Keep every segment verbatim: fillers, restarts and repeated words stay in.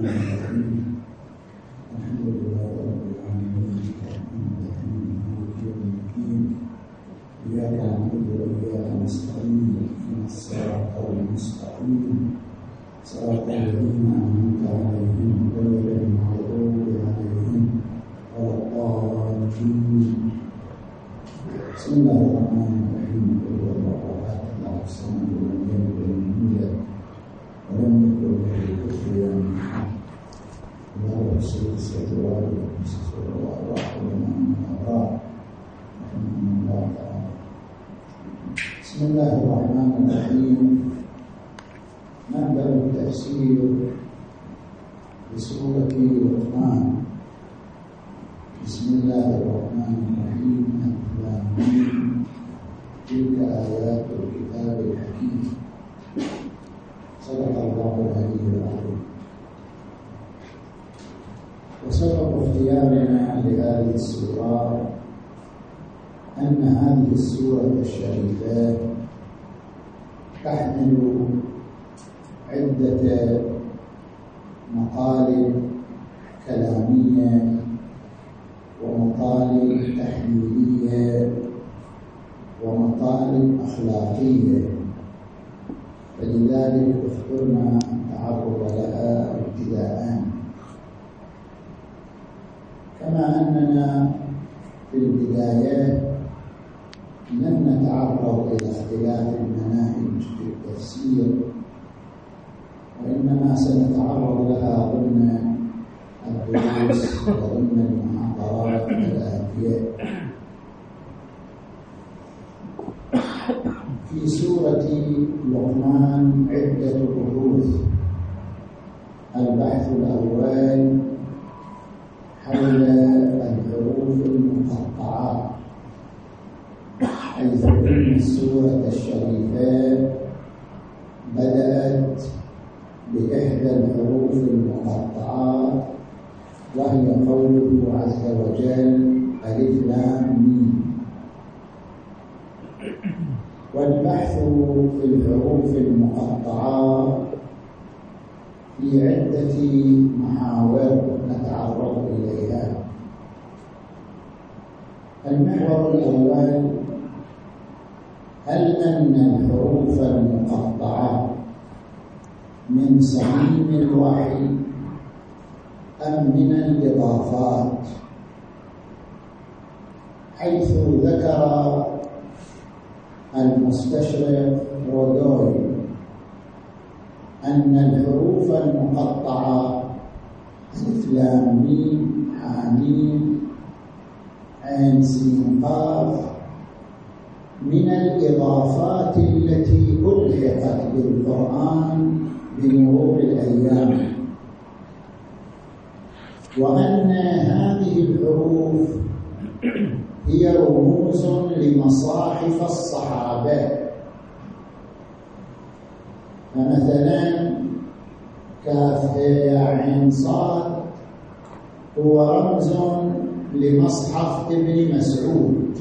بسم الله الرحمن الرحيم. نبدأ التفسير بسورة لقمان. بسم الله الرحمن الرحيم. الم تلك آيات الكتاب الحكيم. صدق الله العلي العظيم. وسبب اختيارنا لهذه السورة أن هذه السورة الشريفة تحمل عدة مقالب كلامية ومقالب تحليلية ومقالب أخلاقية، فلذلك اخترنا التعرض لها ابتداءً. كما أننا في البداية لن نتعرض إلى اختلاف المناهج في التفسير، وإنما سنتعرض لها ضمن الدروس وضمن المحاضرات الآتية. في سورة لقمان عدة بحوث. البحث الأول حول الحروف المقطعة، حيث أن السورة الشريفة بدأت بإحدى الحروف المقطعات، وهي قوله عز وجل ألف لام ميم. والبحث في الحروف المقطعة في عدة محاور نتعرض إليها. المحور الأول: هل أن الحروف المقطعة من صميم الوحي أم من الإضافات؟ حيث ذكر المستشرق رودوي أن الحروف المقطعة ألف لام ميم حاميم عين سين قاف من الإضافات التي ألحقت بالقرآن بمرور الأيام، وأن هذه الحروف هي رموز لمصاحف الصحابة. فمثلا كاف يا عين صاد هو رمز لمصحف ابن مسعود،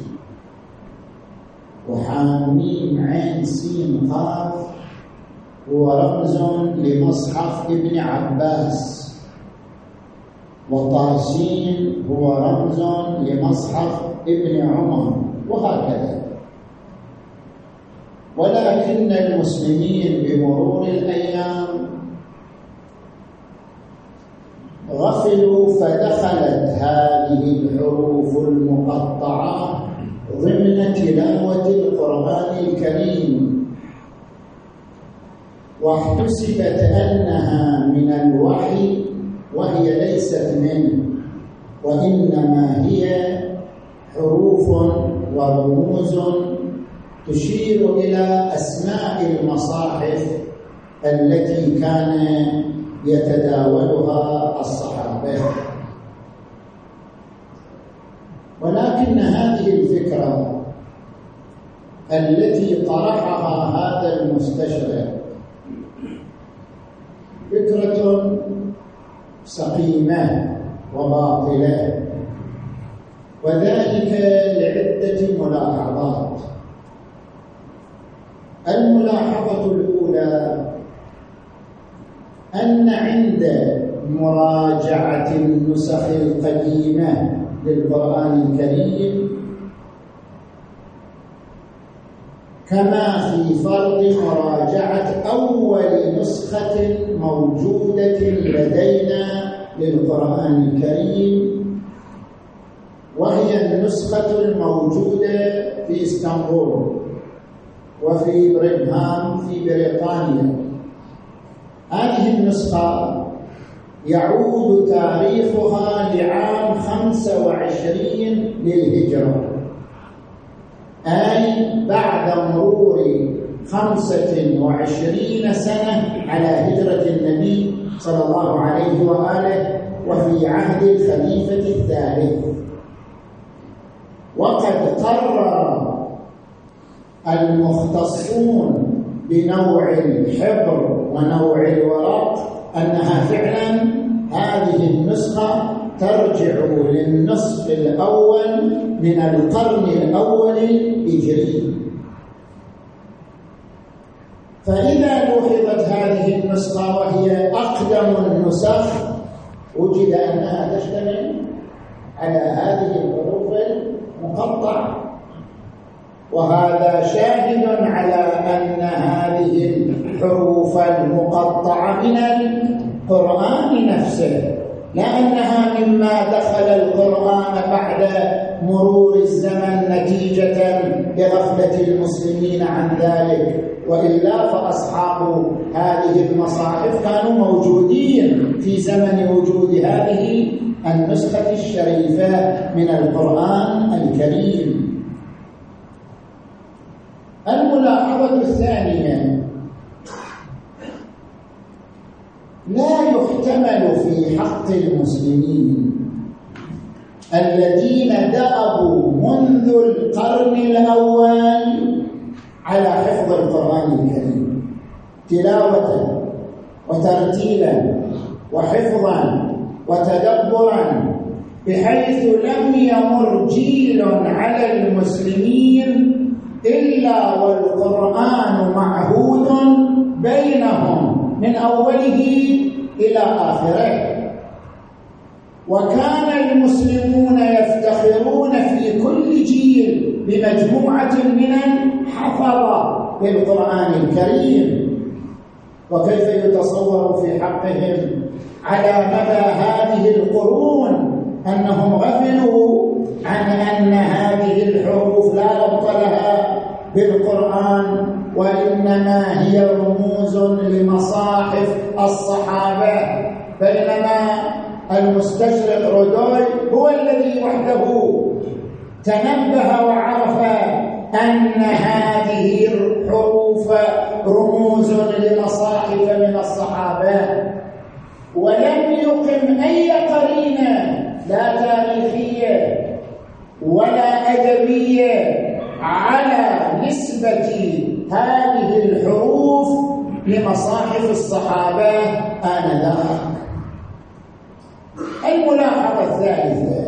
وحاميم عين سين قاف هو رمز لمصحف ابن عباس، وطاسين هو رمز لمصحف ابن عمر، وهكذا. ولكن المسلمين بمرور الأيام غفلوا، فدخلت هذه الحروف المقطعة ضمن تلاوة القرآن الكريم، واحتسبت أنها من الوحي، وهي ليست منه، وإنما هي حروف ورموز تشير إلى أسماء المصاحف التي كان يتداولها الصحابة. ولكن هذه الفكرة التي طرحها هذا المستشرق فكرة سقيمة وباطلة، وذلك لعدة ملاحظات. الملاحظة الأولى: أن عند مراجعة النسخ القديمة للقرآن الكريم كما في فرض مراجعة أول نسخة موجودة لدينا للقرآن الكريم، وهي النسخة الموجودة في اسطنبول وفي برمنغهام في بريطانيا. هذه النسخة يعود تاريخها لعام خمسة وعشرين للهجرة، أي بعد مرور خمسة وعشرين سنة على هجرة النبي صلى الله عليه وآله وفي عهد الخليفة الثالث. وقد قرر المختصون بنوع الحبر ونوع الورق أنها فعلا هذه النسخة ترجع للنصف الأول من القرن الأول الهجري. فإذا لوحظت هذه النسخة وهي أقدم النسخ وجد أنها تشتمل على هذه الحروف المقطعة، وهذا شاهد على أن هذه الحروف المقطعة من القرآن نفسه، لأنها مما دخل القرآن بعد مرور الزمن نتيجة لغفلة المسلمين عن ذلك، وإلا فأصحاب هذه المصاحف كانوا موجودين في زمن وجود هذه النسخة الشريفة من القرآن الكريم. الملاحظة الثانية: لا يحتمل في حق المسلمين الذين دأبوا منذ القرن الأول على حفظ القرآن الكريم تلاوة وترتيلا وحفظا وتدبرا، بحيث لم يمر جيل على المسلمين إلا والقرآن معهود بينهم من أوله إلى آخره. وكان المسلمون يفتخرون في كل جيل بمجموعة من الحفظة للقرآن الكريم. وكيف يتصور في حقهم على مدى هذه القرون أنهم غفلوا عن أن هذه الحروف لا ربط لها بالقرآن، وإنما هي رموز لمصاحف الصحابة، بينما المستشرق رودول هو الذي وحده تنبه وعرف أن هذه الحروف رموز لمصاحف من الصحابة، ولم يقم أي قرينة لا تاريخية ولا أدبية على نسبة هذه الحروف لمصاحف الصحابة آنذاك. الملاحظة الثالثة: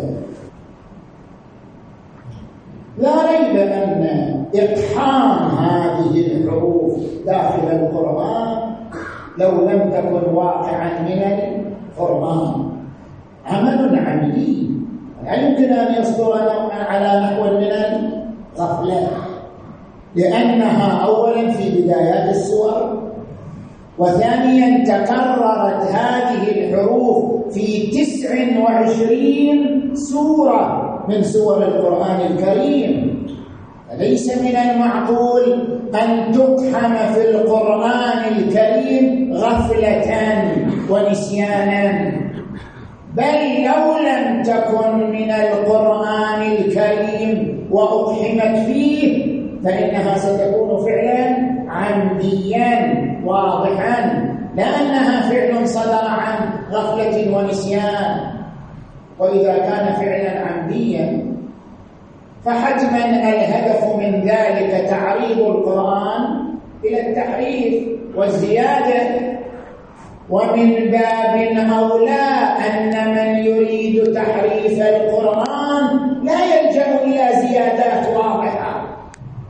لا ريب أن إقحام هذه الحروف داخل القرآن لو لم تكن واقعا من القرآن عمل عملي، لا يمكن أن يصدر على نحو من الغفلة، لأنها أولا في بدايات السور، وثانيا تكررت هذه الحروف في تسع وعشرين سورة من سور القرآن الكريم. فليس من المعقول أن تقحم في القرآن الكريم غفلة ونسيانا، بل لو لم تكن من القرآن الكريم وأقحمت فيه فإنها ستكون فعلا عمديا واضحا، لأنها فعل صدر عن غفلة ونسيان. وإذا كان فعلا عمديا فحتما الهدف من ذلك تعريض القرآن إلى التحريف والزيادة، ومن باب أولى أن من يريد تحريف القرآن لا يلجأ إلى زيادات واضحة،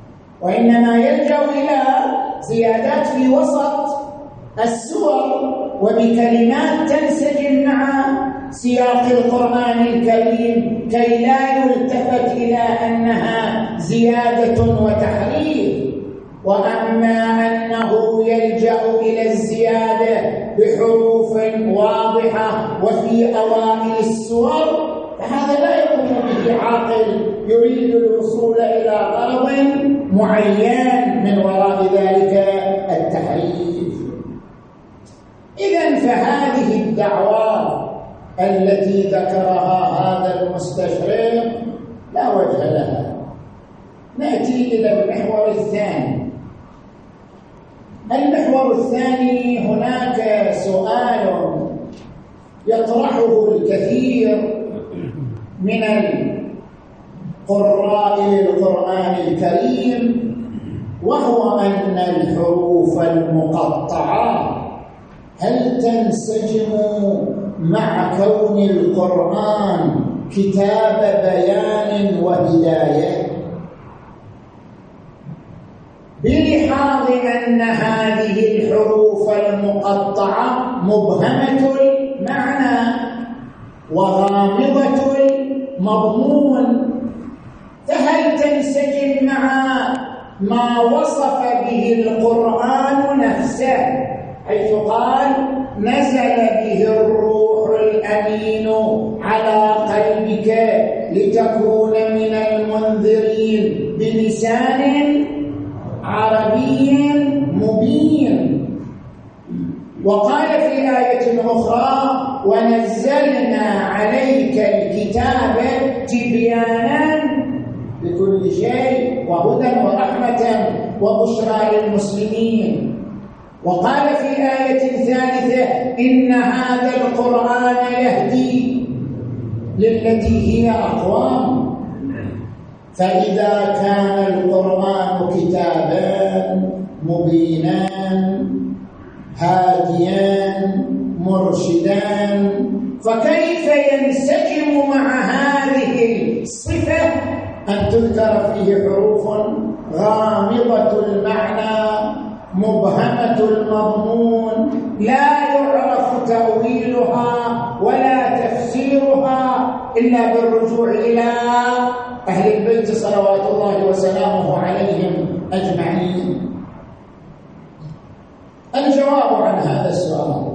وإنما يلجأ إلى زيادات في وسط السور وبكلمات تنسجم مع سياق القرآن الكريم كي لا يلتفت إلى أنها زيادة وتحريف. وأما أنه يلجأ إلى الزيادة بحروف واضحة وفي أوائل السور فهذا لا يقوم به عاقل يريد الوصول إلى غرض معين من وراء ذلك التحريف. إذن فهذه الدعوة التي ذكرها هذا المستشرق لا وجه لها. نأتي إلى المحور الثاني. المحور الثاني هناك سؤال يطرحه الكثير من القراء للقرآن الكريم، وهو أن الحروف المقطعة هل تنسجم مع كون القرآن كتاب بيان وهداية، بلحاظ أن هذه الحروف المقطعة مبهمة المعنى وغامضة المضمون، فهل تنسجم مع ما وصف به القرآن نفسه حيث قال نزل به الروح الأمين على قلبك لتكون من المنذرين بلسان عربي مبين. وقال في آية أخرى ونزلنا عليك الكتاب تبيانا لكل شيء وهدى ورحمة وبشرى للمسلمين. وقال في آية ثالثة إن هذا القرآن يهدي للتي هي أقوم. فإذا كان القرآن كتابا مبينا هاديا مرشدا فكيف ينسجم مع هذه الصفة أن تذكر فيه حروف غامضة المعنى مبهمة المضمون لا يعرف تأويلها ولا تفسيرها إلا بالرجوع إلى أهل البيت صلوات الله وسلامه عليهم أجمعين؟ الجواب عن هذا السؤال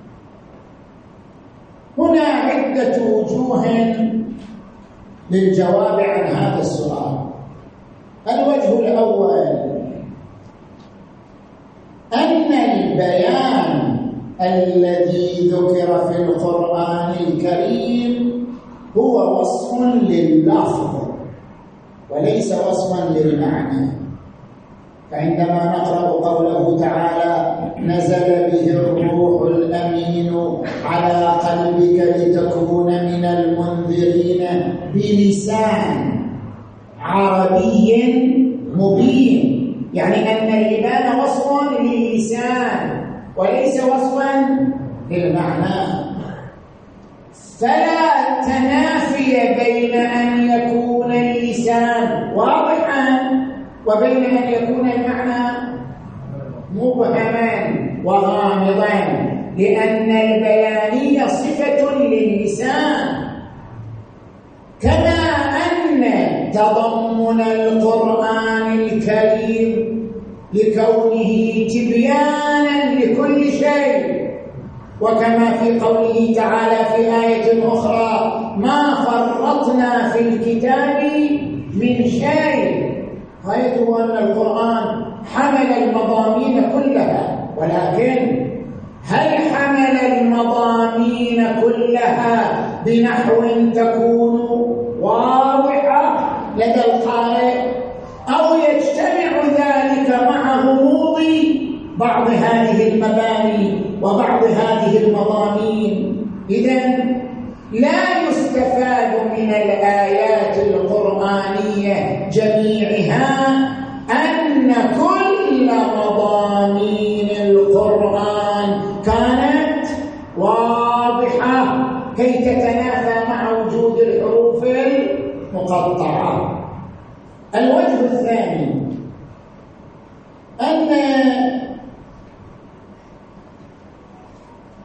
هنا عدة وجوه للجواب عن هذا السؤال. الوجه الأول أن البيان الذي ذكر في القرآن الكريم هو وصف لللفظ وليس وصفا للمعنى. فعندما نقرأ قوله تعالى نزل به الروح الأمين على قلبك لتكون من المنذرين بلسان عربي مبين، يعني أن الإبان وصف للسان وليس وصفا للمعنى. فلا تنافي بين أن يكون اللسان واضحا وبين أن يكون المعنى مبهما وغامضا، لأن البيانية صفة لللسان، كما أن تضمن القرآن الكريم لكونه تبيانا لكل شيء، وكما في قوله تعالى في آية أخرى ما فرطنا في الكتاب من شيء. غايته أن القرآن حمل المضامين كلها، ولكن هل حمل المضامين كلها بنحو تكون واضحة لدى القارئ، أو يجتمع ذلك مع غموض بعض هذه المباني وبعض هذه المضامين؟ إذن لا يستفاد من الآيات القرآنية جميعها أن كل مضامين القرآن كانت واضحة كي تتنافى مع وجود الحروف المقطعة. الوجه الثاني أن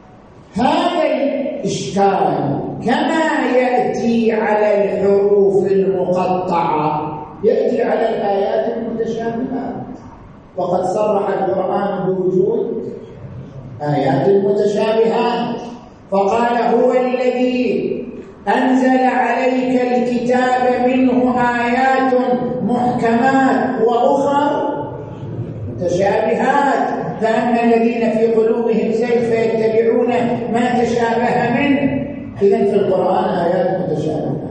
إشكال كما يأتي على الحروف المقطعة يأتي على الآيات المتشابهات، وقد صرح القرآن بوجود آيات متشابهات، فقال هو الذي أنزل عليك الكتاب منه آيات محكمات وأخر متشابهات، فأما الذين في قلوبهم زيغ فيتبعون ما تشابه منه. إذن في القرآن آيات متشابهات،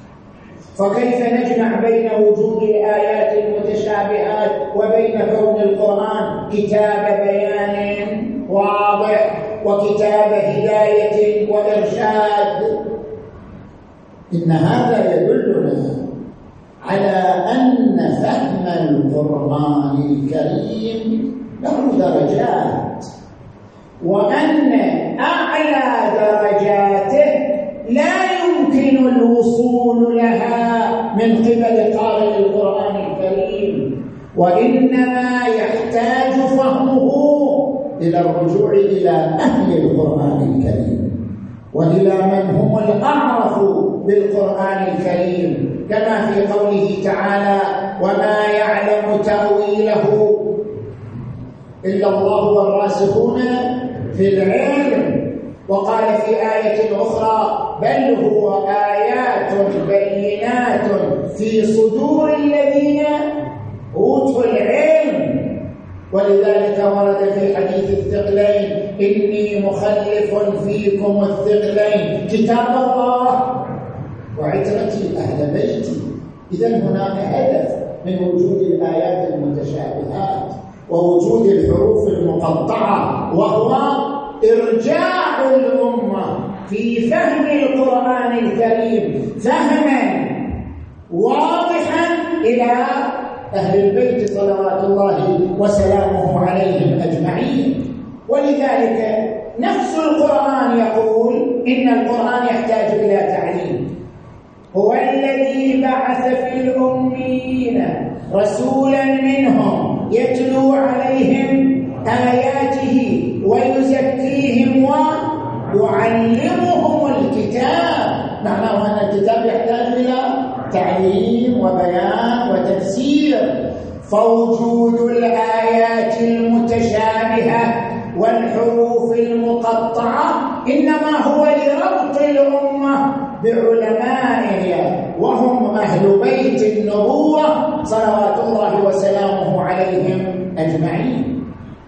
فكيف نجمع بين وجود الآيات المتشابهات وبين كون القرآن كتاب بيان واضح وكتاب هداية وإرشاد؟ إن هذا يدلنا على أن فهم القرآن الكريم له درجات، وأن أعلى درجاته لا يمكن الوصول لها من قبل قارئ القرآن الكريم، وإنما يحتاج فهمه إلى الرجوع إلى أهل القرآن الكريم وإلى من هم الأعرف بالقرآن الكريم، كما في قوله تعالى وما يعلم تأويله إلا الله والراسخون في العلم. وقال في آية أخرى بل هو آيات بينات في صدور الذين أوتوا العلم. ولذلك ورد في حديث الثقلين إني مخلف فيكم الثقلين كتاب الله وعترتي أهل بيتي. إذن هناك هدف من وجود الآيات المتشابهات ووجود الحروف المقطعة، وهو إرجاع الأمة في فهم القرآن الكريم فهما واضحا إلى أهل البيت صلوات الله وسلامه عليهم أجمعين. ولذلك نفس القرآن يقول إن القرآن يحتاج إلى تعليم. هو الذي بعث في الأميين رسولا منهم يتلو عليهم آياته ويزكيهم ويعلمهم الكتاب. معناه أن الكتاب يحتاج إلى تعليم وبيان وتفسير. فوجود الآيات المتشابهة والحروف المقطعة إنما هو لربط الأمة بعلمائها وهم أهل بيت النبوة صلوات الله وسلامه عليهم أجمعين.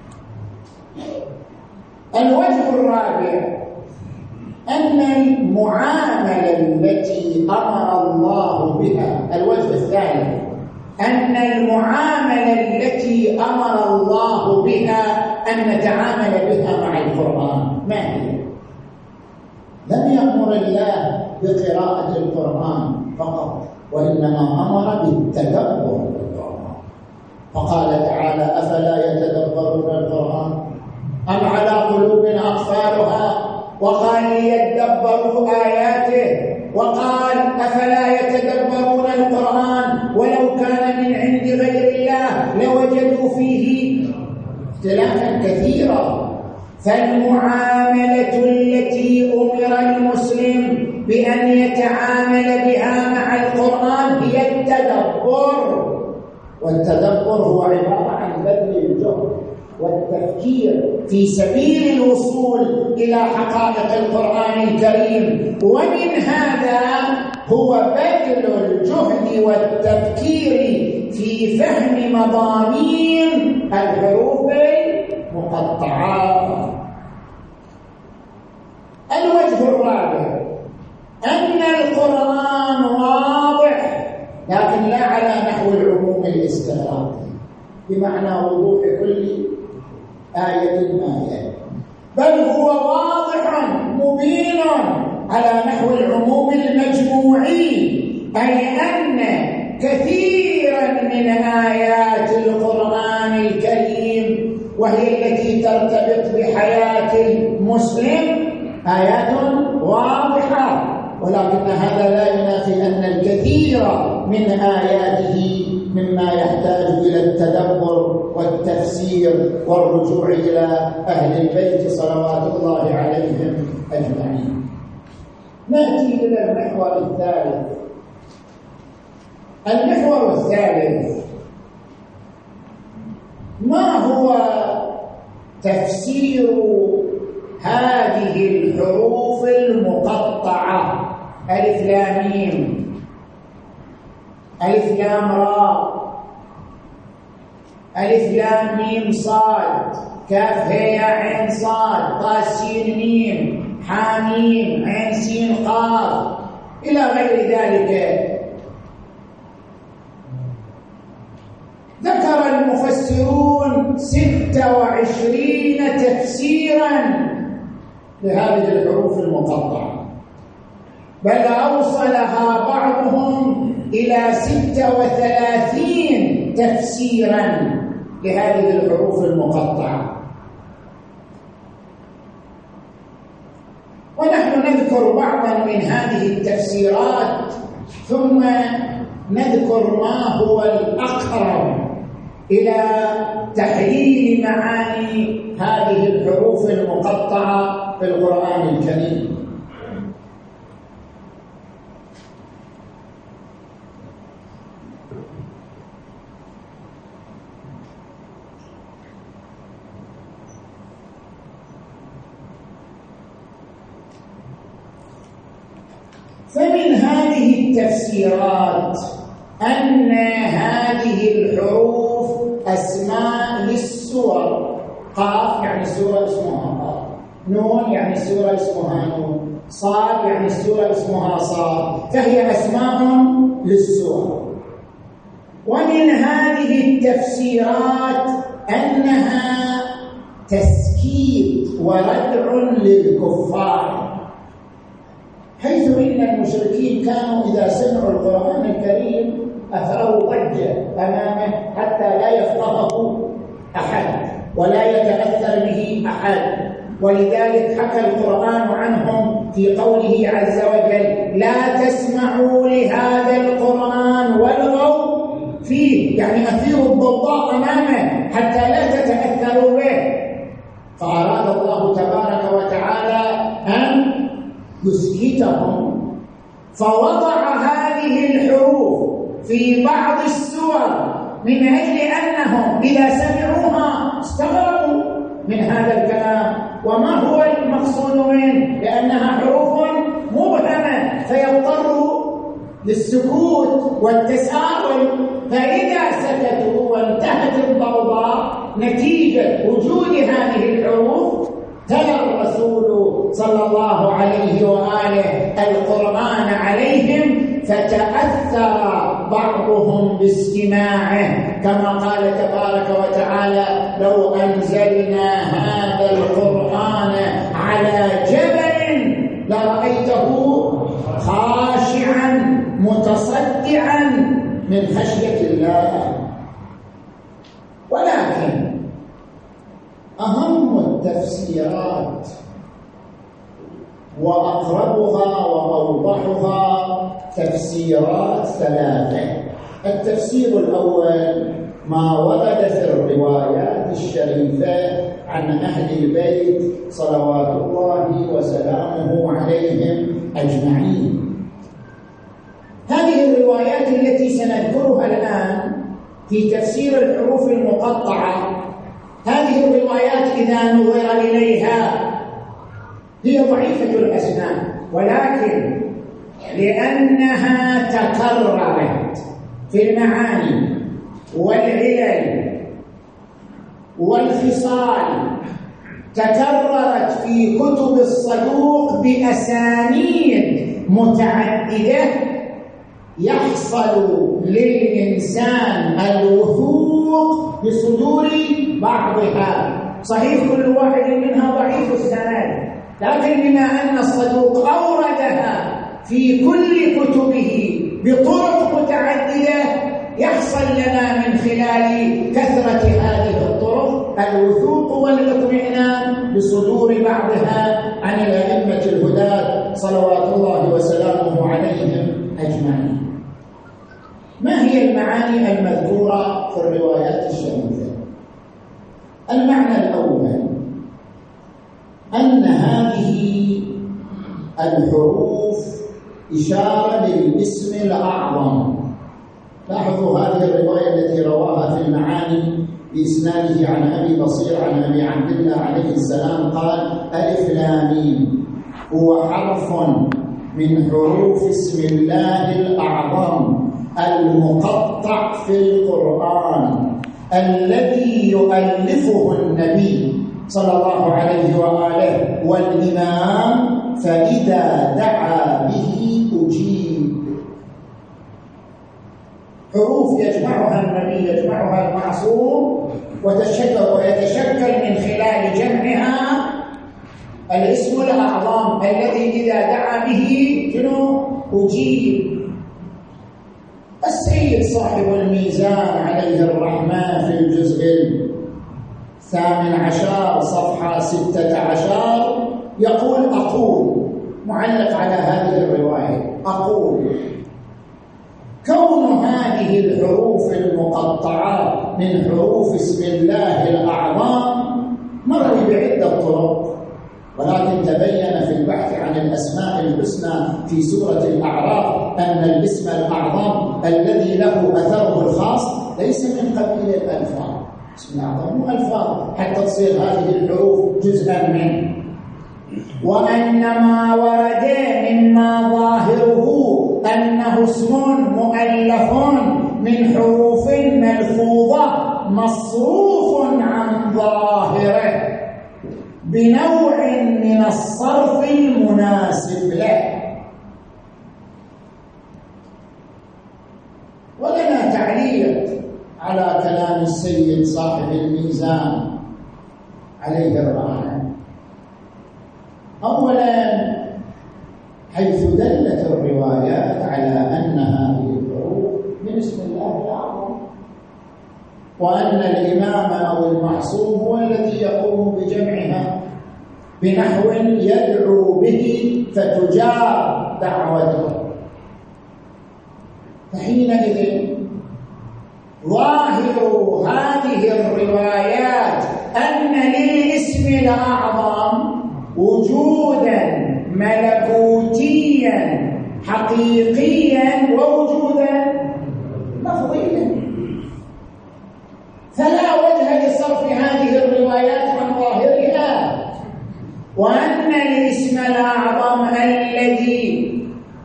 الوجه الرابع أن المعاملة التي أمر الله بها، الوجه الثالث أن المعاملة التي أمر الله بها أن نتعامل بها مع القرآن ما هي؟ لم يأمر الله بقراءة القرآن فقط، وإنما أمر بالتدبر بالقرآن، فقال تعالى أفلا يتدبرون القرآن أم على قلوب أقفالها، وقال ليدبروا آياته، وقال أفلا يتدبرون القرآن ولو كان من عند غير الله لوجدوا فيه اختلافا كثيرا. فالمعاملة التي أمر المسلم بأن يتعامل بها مع القرآن هي التدبر، والتدبر هو عبارة عن بذل الجهد والتفكير في سبيل الوصول إلى حقائق القرآن الكريم. ومن هذا هو بذل الجهد والتفكير في فهم مضامين الحروف المقطعات. الوجه الرابع أن القرآن واضح لكن لا على نحو العموم الاستغراقي بمعنى وضوح كل آية آية، بل هو واضح مبين على نحو العموم المجموعي، أي أن كثيرا من آيات القرآن الكريم وهي التي ترتبط بحياة المسلم آيات واضحة، ولكن هذا لا ينافي أن الكثير من آياته مما يحتاج إلى التدبر والتفسير والرجوع إلى أهل البيت صلوات الله عليهم أجمعين. نأتي إلى المحور الثالث. المحور الثالث ما هو تفسير هذه الحروف المقطعة ألف لام ميم، ألف لام راء، ألف لام ميم صاد، كاف هاء عين صاد، طاء سين ميم، حاميم عين سين قاف، إلى غير ذلك. ذكر المفسرون ستة وعشرين تفسيرا لهذه الحروف المقطعة، بل أوصلها بعضهم إلى ستة وثلاثين تفسيرا لهذه الحروف المقطعة. ونحن نذكر بعضا من هذه التفسيرات ثم نذكر ما هو الأقرب إلى تحليل معاني هذه الحروف المقطعة في القرآن الكريم. فمن هذه التفسيرات أن هذه الحروف أسماء للسور. قاف يعني سورة اسمها قاف، نون يعني سورة اسمها نون، صاد يعني سورة اسمها صاد، فهي أسماء للسور. ومن هذه التفسيرات أنها تسكيت وردع للكفار، حيث إن المشركين كانوا إذا سمعوا القرآن الكريم أثروا ضجة أمامه حتى لا يفقهه أحد ولا يتأثر به أحد. ولذلك حكى القرآن عنهم في قوله عز وجل: لا تسمعوا لهذا القرآن والغوا فيه، يعني أثيروا الضوضاء أمامه حتى لا تتأثروا به. فأراد الله تبارك وتعالى أن يسكتهم، فوضع هذه الحروف في بعض السور من أجل أنهم إذا سمعوها استغربوا من هذا الكلام وما هو المقصود منه، لأنها حروف مبهمة فيضطروا للسكوت والتساؤل. فإذا سكتوا وانتهت الضوضاء نتيجة وجود هذه الحروف تلا الرسول صلى الله عليه وآله القرآن عليهم، فتأثر بعضهم باستماعه، كما قال تبارك وتعالى: لو أنزلنا هذا القرآن على جبل لرأيته خاشعا متصدعا من خشية الله. ولكن أهم التفسيرات وأقربها وأوضحها تفسيرات ثلاثة. التفسير الأول ما ورد في الروايات الشريفة عن أهل البيت صلوات الله وسلامه عليهم أجمعين. هذه الروايات التي سنذكرها الآن في تفسير الحروف المقطعة، هذه الروايات إذا نظر إليها هي ضعيفة الأسنان، ولكن لأنها تكررت في المعاني والعلل والخصال، تكررت في كتب الصدوق بأسانيد متعددة، يحصل للإنسان الوثوق بصدور بعضها. صحيح كل واحد منها ضعيف السند، لكن بما أن الصدوق أوردها في كل كتبه بطرق متعددة يحصل لنا من خلال كثرة هذه الطرق الوثوق والاطمئنان بصدور بعضها عن الأئمة الهداة صلوات الله وسلامه عليهم أجمعين. ما هي المعاني المذكورة في الروايات الشريفة؟ المعنى الأول أن هذه الحروف إشارة للاسم الأعظم. لاحظوا هذه الرواية التي رواها في المعاني بإسناده عن أبي بصير عن أبي عبد الله عليه السلام قال: ألف لام ميم هو حرف من حروف اسم الله الأعظم المقطع في القرآن الذي يؤلفه النبي صلى الله عليه وآله والإمام، فإذا دعا به أجيب. حروف يجمعها النبي، يجمعها المعصوم، وتشكل ويتشكل من خلال جمعها الاسم الأعظم الذي إذا دعا به شنو؟ أجيب. السيد صاحب الميزان عليه الرحمة في الجزء الثامن عشر صفحة ستة عشر يقول: أقول، معلق على هذه الرواية، أقول: كون هذه الحروف المقطعة من حروف اسم الله الأعظم مروي بعدة طرق، ولكن تبين في البحث عن الأسماء الحسنى في سورة الأعراف أن الاسم الأعظم الذي له أثره الخاص ليس من قبيل الألفاظ. اسم الأعظم مو ألفاظ حتى تصير هذه الحروف جزءا منه، وأنما ورد مما ظاهره أنه اسم مؤلف من حروف ملفوظة مصروف عن ظاهره بنوع من الصرف المناسب له. ولنا تعليق على كلام السيد صاحب الميزان عليه الرحمة. أولا، حيث دلت الروايات على أن هذه الحروف من اسم الله الأعظم، وأن الإمام أو المعصوم هو الذي يقوم بجمعها بنحو يدعو به فتجاب دعوته، فحينئذ ظاهر هذه الروايات أن للاسم الأعظم وجودا ملكوتيا حقيقيا ووجودا لفظيا، فلا وجه لصرف هذه الروايات عن ظاهرها، وأن الاسم الأعظم الذي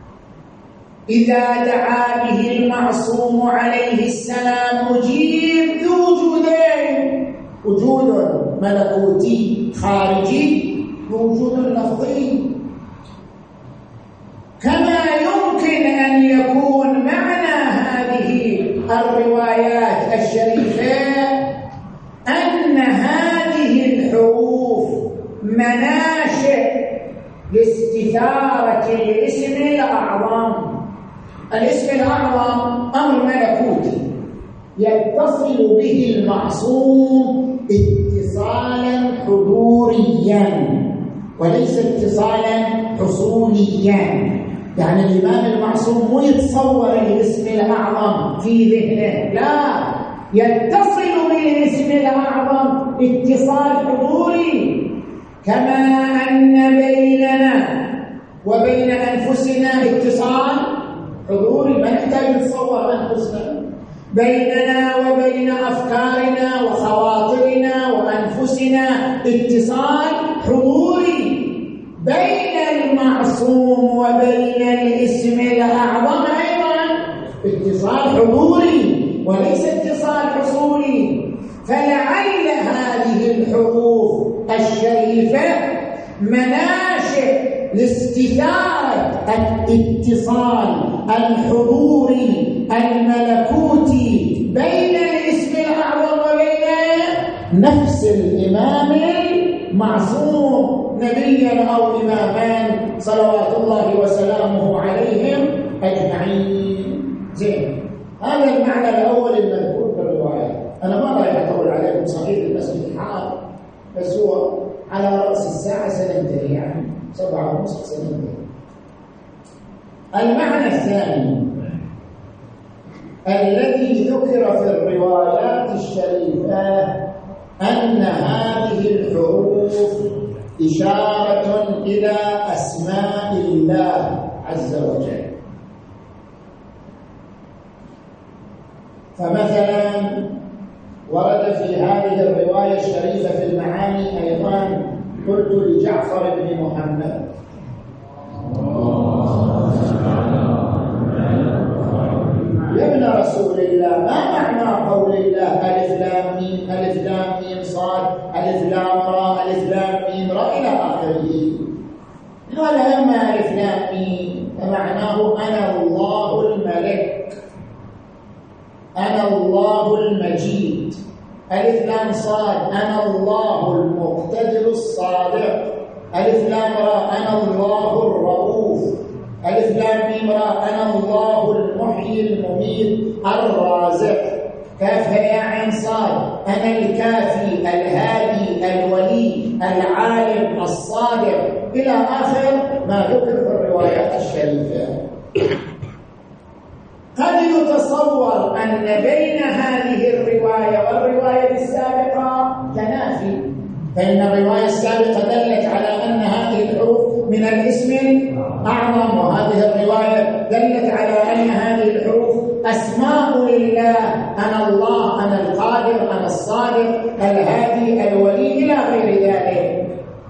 إذا دعا به المعصوم عليه السلام أجيب ذو وجودين: وجود ملكوتي خارجي ووجود لفظي. كما يمكن أن يكون معنى هذه الروايات الشريفة أن هذه الحروف مناشئ لاستثارة الاسم الأعظم. الاسم الأعظم أمر ملكوتي يتصل به المعصوم اتصالا حضوريا وليس اتصالا حصوليا. يعني الإمام المعصوم مو يتصور الاسم الأعظم في ذهنه، لا، يتصل بالاسم الأعظم اتصال حضوري. كما أن بيننا وبين أنفسنا اتصال حضوري، ما نحتاج نتصور أنفسنا، بيننا وبين أفكارنا وخواطرنا وأنفسنا اتصال حضوري. بين المعصوم وبين الاسم الأعظم أيضا اتصال حضوري وليس اتصال حصولي. فلعل هذه الحروف الشريفة مناشئ لاستثارة الاتصال الحضوري الملكوتي بين الاسم الأعظم وبين نفس الإمام المعصوم نبيا أو إمامان صلوات الله وسلامه عليهم أجمعين. زين، هذا المعنى الأول المذكور في الرواية. أنا ما رايح أطول عليكم، صحيح المسجد الحرام بس هو على رأس الساعة سننتهي، يعني سبعة ونصف سننتهي. المعنى الثاني الذي ذكر في الروايات الشريفة أن هذه الحروف إشارة إلى أسماء الله عز وجل. فمثلا ورد في هذه الرواية الشريفة في المعاني أيضا: قلت لجعفر بن محمد يا ابن رسول الله، ما معنى قول الله ألف لام ميم ألف لام ميم صاد ألف لام را ألف لام ميم را إلى آخره؟ قال: أما ألف لام ميم فمعناه أنا الله الملك، أنا الله المجيد. ألف لام صاد أنا الله المقتدر الصادق. ألف لام را أنا الله الرؤوف. ألف لام ميم را أنا الله المحيي المميت الرازق. كاف يا عين صاد أنا الكافي الهادي الولي العالم الصادق إلى آخر ما ذكر في الروايات الشريفة. قد يتصور أن بين هذه الرواية والرواية السابقة تنافي، فإن الرواية السابقة دلت على أن هذه الحروف من الاسم الأعظم، وهذه الرواية دلت على أن هذه الحروف أسماء لله: أنا الله، أنا القادر، أنا الصادق، الهادي، الولي، إلى غير ذلك.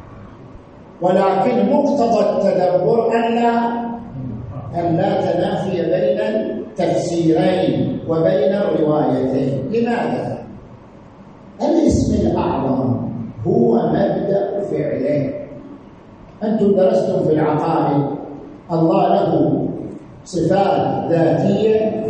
ولكن مقتضى التدبر أن لا أن لا تنافي بين التفسيرين وبين الروايتين. لماذا؟ الاسم الأعظم هو مبدأ فعله. أنتم درستم في العقائد الله له صفات ذاتية: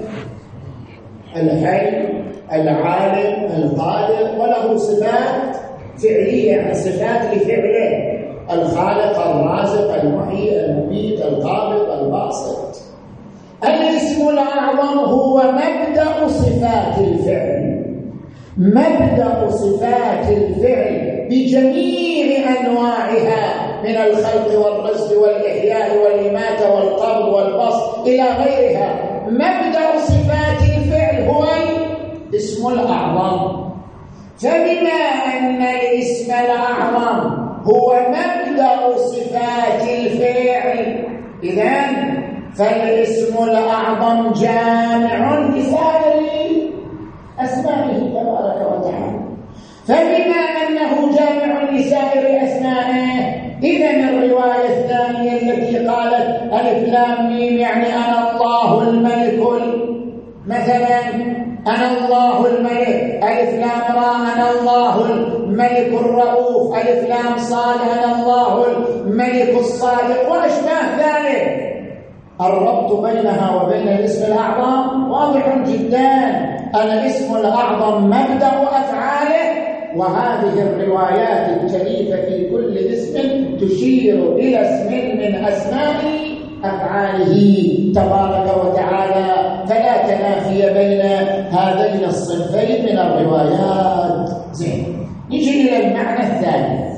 الحي، العالم، القادر، وله صفات فعلية، يعني صفات لفعله: الخالق، الرازق، المحيي، المميت، القابض، الباسط. الاسم الأعظم هو مبدأ صفات الفعل، مبدأ صفات الفعل بجميع أنواعها من الخلق والرزق والإحياء والإماتة والقبض والبسط إلى غيرها. مبدأ صفات الفعل هو الاسم الأعظم. فبما أن الاسم الأعظم هو مبدأ صفات الفعل، إذن فالاسم الأعظم جامع لسائر أسمائه تبارك وتعالى. فبما أنه جامع لسائر أسمائه، إذن الرواية الثانية التي قالت ألف لام ميم يعني أنا الله الملك، مثلا أنا الله الملك، ألف لام را أنا الله الملك الرؤوف، ألف لام صاد أنا الله الملك الصادق، وأشباه ذلك. الربط بينها وبين الاسم الأعظم واضح جدا. الاسم الأعظم مبدأ أفعاله، وهذه الروايات الشريفة في كل اسم تشير إلى اسم من أسماء أفعاله تبارك وتعالى، فلا تنافي بين هذين الصنفين من الروايات. زين، نجي إلى المعنى الثالث.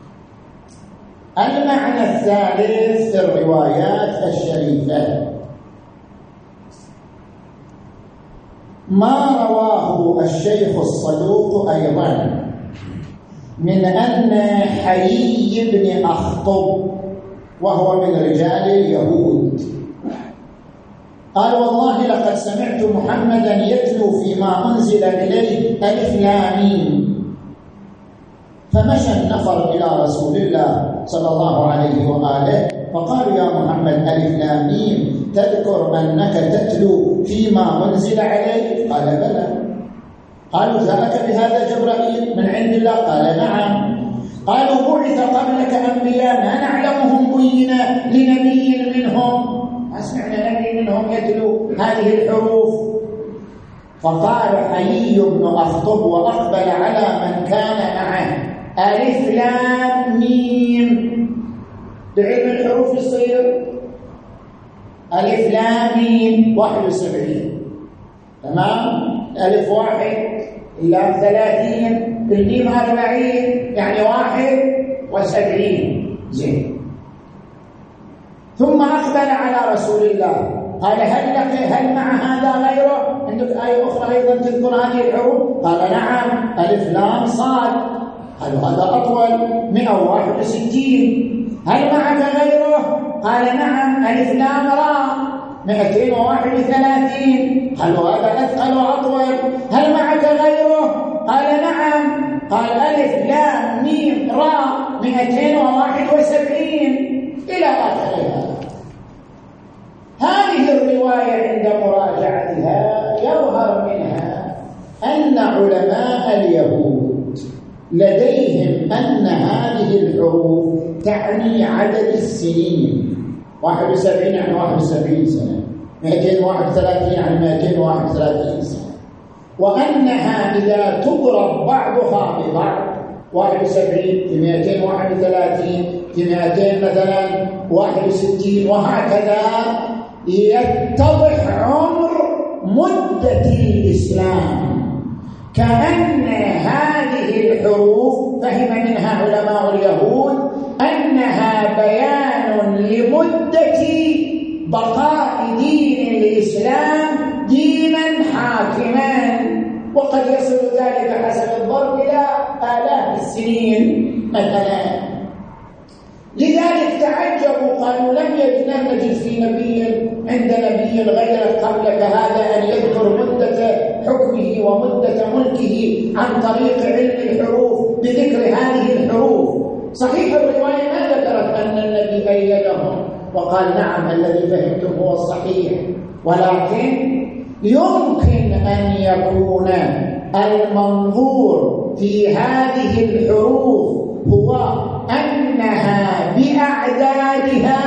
المعنى الثالث في الروايات الشريفة ما رواه الشيخ الصدوق أيضا من أن حيي بن أخطب وهو من رجال اليهود قال: والله لقد سمعت محمدا يتلو فيما أنزل إليه ألف لام ميم. فمشى النفر إلى رسول الله صلى الله عليه وآله فقالوا: يا محمد ألف لام ميم تذكر أنك تتلو فيما أنزل عليه؟ قال: بلى. قالوا: جاءك بهذا جبرائيل من عند الله؟ قال: نعم. قالوا: بعث قبلك أنبياء ما نعلمهم بين لنبي منهم، ما سمعنا نبي منهم يتلو هذه الحروف. فقال حيي بن أخطب وأقبل على من كان معه: ألف لام ميم بعلم الحروف يصير ألف لام ميم واحد وسبعين، تمام؟ ألف واحد إلا ثلاثين، الميم أربعين، يعني واحد وسبعين. زين. ثم أقبل على رسول الله قال: هل لك هل مع هذا غيره؟ عندك آية أخرى أيضا تذكر هذه الحروف؟ قال: نعم، ألف لام صاد. قالوا: هذا أطول، مئة وواحد وستين. هل معك غيره؟ قال نعم. ألف لام راء مئتين وواحد وثلاثين. قالوا هذا أثقل وأطول. هل معك غيره؟ قال نعم. قال ألف لام ميم راء مئتين وواحد وسبعين إلى آخرها. هذه الرواية عند مراجعتها يظهر منها أن علماء اليهود لديهم أن هذه الحروف تعني عدد السنين. واحد وسبعين يعني واحد وسبعين سنة، مئتين وواحد وثلاثين يعني مئتين وواحد وثلاثين سنة، وأنها إذا تضرب بعضها ببعض واحد وسبعين في مئتين وواحد وثلاثين في مئتين مثلا واحد وستين وهكذا يتضح عمر مدة الإسلام. كأن هذه الحروف فهم منها علماء اليهود أنها بيان لمدة بقاء دين الإسلام دينا حاكما، وقد يصل ذلك حسب الضرب إلى آلاف السنين مثلا. لذلك تعجبوا قالوا لم نجد في نبي عند نبي غيرك قبلك هذا أن يذكر مدة حكمه ومدة ملكه عن طريق علم الحروف بذكر هذه الحروف. صحيح الرواية ما ذكرت أن النبي أيدهم وقال نعم الذي فهمتم هو الصحيح، ولكن يمكن أن يكون المنظور في هذه الحروف هو أنها بأعدادها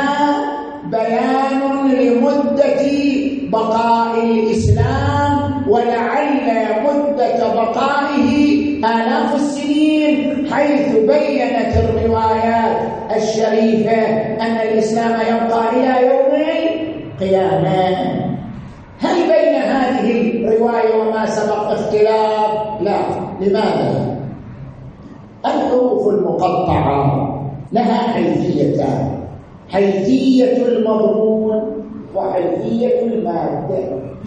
بيان لمدة بقاء الإسلام، ولعل مدة بقائه آلاف السنين، حيث بيّنت الروايات الشريفة أن الإسلام يبقى إلى يوم القيامة. هل بين هذه الرواية وما سبق اختلاف؟ لا. لماذا؟ الحروف المقطعة لها حيثيتان: حيثية المضمون وحيثية المادة.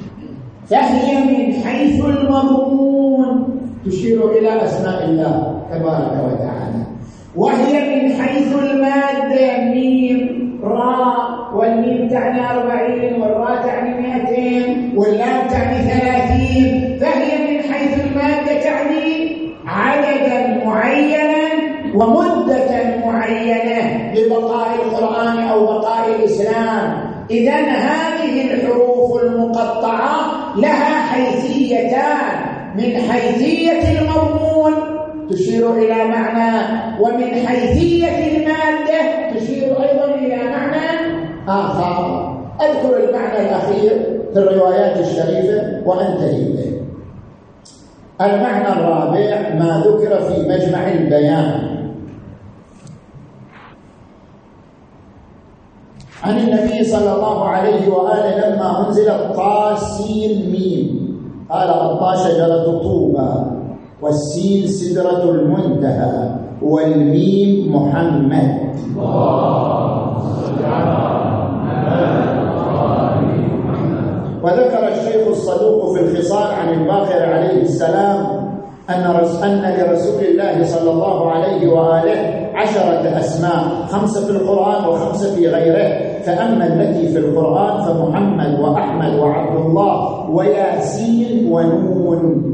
فهي من حيث المضمون تشير إلى أسماء الله تبارك وتعالى، وهي من حيث المادة ميم راء، والميم تعني أربعين والراء تعني مئتين واللام تعني ثلاثين. فهي من حيث المادة تعني عددا معينا ومدة معينة لبقاء القرآن أو بقاء الإسلام. إذن هذه الحروف المقطعة لها حيثيتان: من حيثية المضمون تشير إلى معنى، ومن حيثية المادة تشير أيضا إلى معنى آخر. أذكر المعنى الأخير في الروايات الشريفة وأنتهي إليه. المعنى الرابع ما ذكر في مجمع البيان عن النبي صلى الله عليه وآله لما أنزل طاسين ميم قال الطا شجرة طوبى والسين سدرة المنتهى والميم محمد. وذكر الشيخ الصدوق في الخصال عن الباقر عليه السلام أن أن لرسول الله صلى الله عليه وآله عشرة أسماء، خمسة في القرآن وخمسة في غيره، فأما التي في القرآن فمحمد وأحمد وعبد الله وياسين ونون.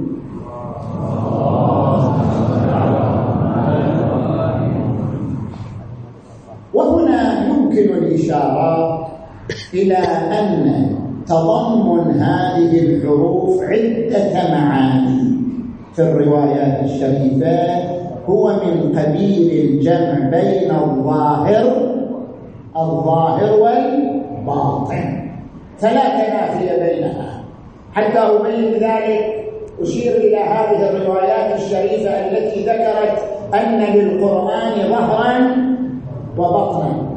وهنا يمكن الإشارة إلى أن تضمن هذه الحروف عدة معاني في الروايات الشريفة هو من قبيل الجمع بين الظاهر الظاهر والباطن، فلا تنافي بينها. حتى أبين ذلك أشير إلى هذه الروايات الشريفة التي ذكرت أن للقرآن ظهرا وبطنا.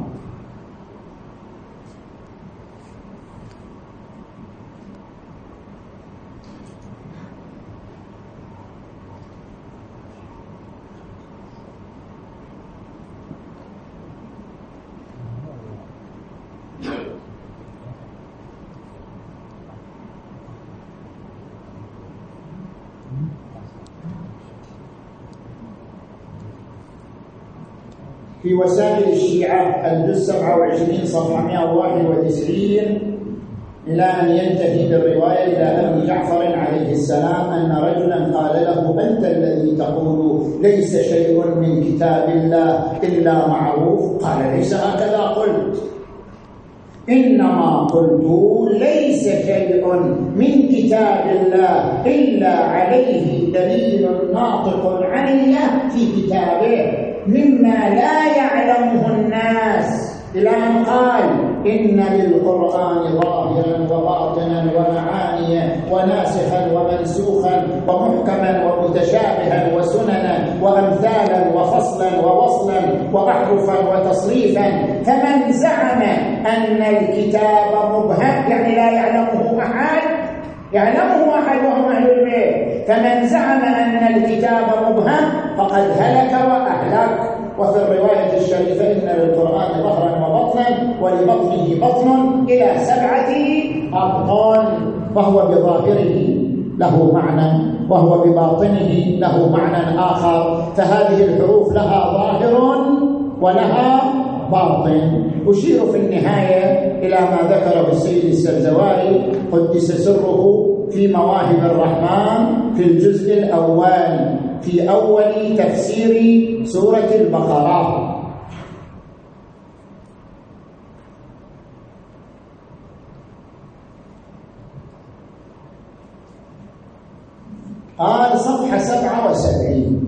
في وسائل الشيعة الجزء سبعة وعشرين صفحة مئة وواحد وتسعين إلى أن ينتهي بالرواية إلى أبي جعفر عليه السلام أن رجلا قال له: أنت الذي تقول ليس شيء من كتاب الله إلا معروف؟ قال: ليس هكذا قلت، إنما قلت ليس شيء من كتاب الله إلا عليه دليل ناطق عن الله في كتابه مما لا يعلمه الناس، إلى أن قال: إن للقرآن ظاهرا وباطنا ومعانيا وناسخا ومنسوخا ومحكما ومتشابها وسننا وأمثالا وفصلا ووصلا وأحرفا وتصريفا، فمن زعم أن الكتاب مبهم يعني لا يعلمه أحد، يعلمه أحد وهم أهل البيت، فمن زعم أن الكتاب مبهم فقد هلك وأهلك. وفي الرواية الشريفة: إن للقرآن ظهرا وبطنا ولبطنه بطن إلى سبعة أبطال، فهو بظاهره له معنى وهو بباطنه له معنى آخر، فهذه الحروف لها ظاهر ولها باطن. أشير في النهاية إلى ما ذكره السيد السرزواري قدس سره في مواهب الرحمن في الجزء الأول في أول تفسير سورة البقرة. قال صفحة سبعة وسبعين: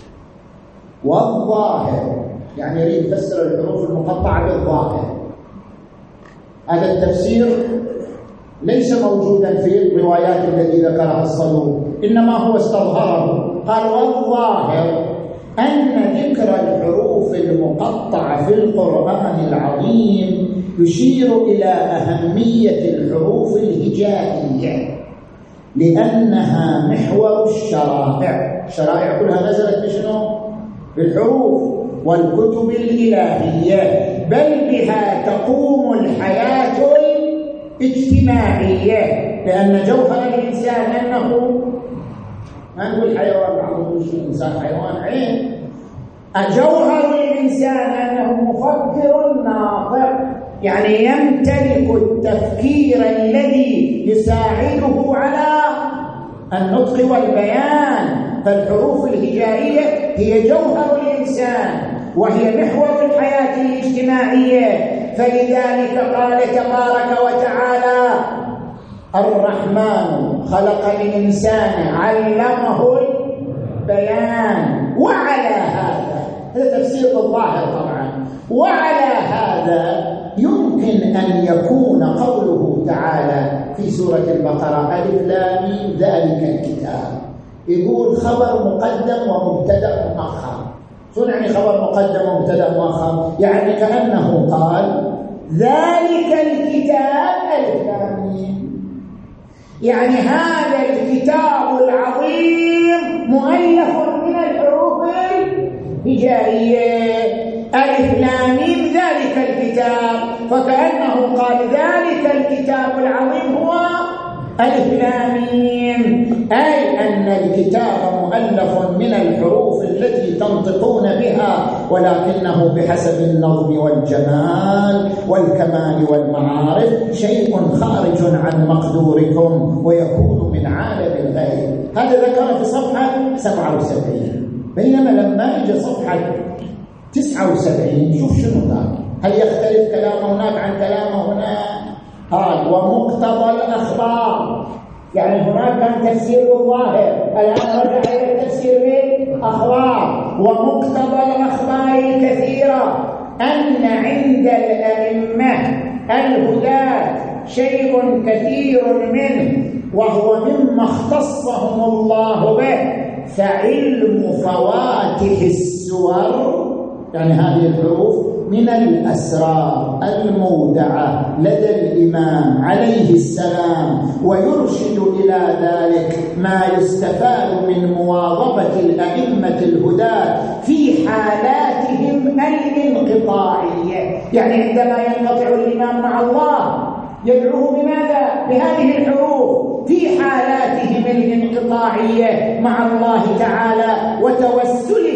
والظاهر، يعني يريد يفسر الحروف المقطعة بالظاهر. هذا التفسير ليس موجودا في الروايات التي ذكرها الصدوق، إنما هو استظهره. قال: والظاهر أن ذكر الحروف المقطعة في القرآن العظيم يشير إلى أهمية الحروف الهجائية، لأنها محور الشرائع. الشرائع كلها نزلت بشنو؟ بالحروف والكتب الإلهية، بل بها تقوم الحياة الاجتماعية، لأن جوهر الإنسان أنه، ما نقول حيوان، بعضهم يقول الإنسان حيوان، عين. جوهر الإنسان أنه مفكر ناطق، يعني يمتلك التفكير الذي يساعده على النطق والبيان. فالحروف الهجائية هي جوهر الإنسان وهي محور الحياة الاجتماعية. فلذلك قال تبارك وتعالى: الرحمن خلق الإنسان علمه البيان. وعلى هذا، هذا تفسير بالظاهر طبعا، وعلى هذا يمكن أن يكون قوله تعالى في سورة البقرة: ألف لام ميم ذلك الكتاب، يقول خبر مقدم ومبتدأ مؤخر. شو يعني خبر مقدم ومبتدأ مؤخر؟ يعني كأنه قال: ذلك الكتاب ألف لام ميم، يعني هذا الكتاب العظيم مؤلف من الحروف الهجائية، ألف لام ميم ذلك الكتاب، فكأنه قال ذلك الكتاب العظيم هو ألف لام ميم، أي أن الكتاب مؤلف من الحروف التي تنطقون بها، ولكنه بحسب النظم والجمال والكمال والمعارف شيء خارج عن مقدوركم ويكون من عالم الغيب. هذا ذكر في صفحة سبعة وسبعين. بينما لما اجى صفحة تسعة وسبعين شوف شنو ذاك، هل يختلف كلامه هناك عن كلامه هنا؟ قال: ومقتضى الأخبار، يعني هناك كان تفسير الظاهر، الآن رجع إلى التفسير بالأخبار. ومقتضى الأخبار الكثيرة أن عند الأئمة الهداة شيء كثير منه وهو مما اختصهم الله به، فعلم فواتح السور، يعني هذه الحروف من الأسرار المودعة لدى الإمام عليه السلام، ويرشد إلى ذلك ما يستفاد من مواظبة الأئمة الهداة في حالاتهم الانقطاعية. يعني عندما ينقطع الإمام مع الله يدعوه بماذا؟ بهذه الحروف في حالاتهم الانقطاعية مع الله تعالى وتوسلهم إليه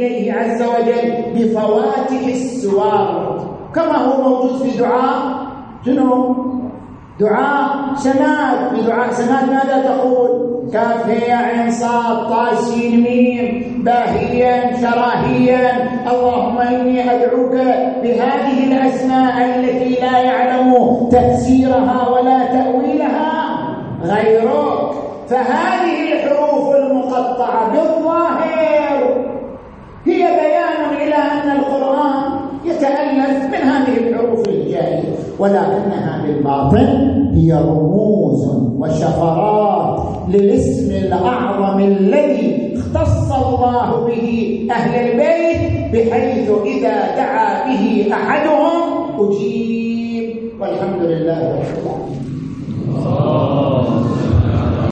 إليه عز وجل بفواتح السور، كما هو موجود في دعاء شنو؟ دعاء سماد. في دعاء سماد ماذا تقول؟ كاف هي عين صاد طاء سين ميم باهيا شراهيا اللهم إني أدعوك بهذه الأسماء التي لا يعلم تفسيرها ولا تأويلها غيرك. فهذه الحروف المقطعة بالظاهر هي بيان إلى أن القرآن يتألف من هذه الحروف الجائية، ولكنها بالباطن هي رموز وشفرات للاسم الأعظم الذي اختص الله به أهل البيت، بحيث إذا دعا به أحدهم أجيب، والحمد لله رب العالمين.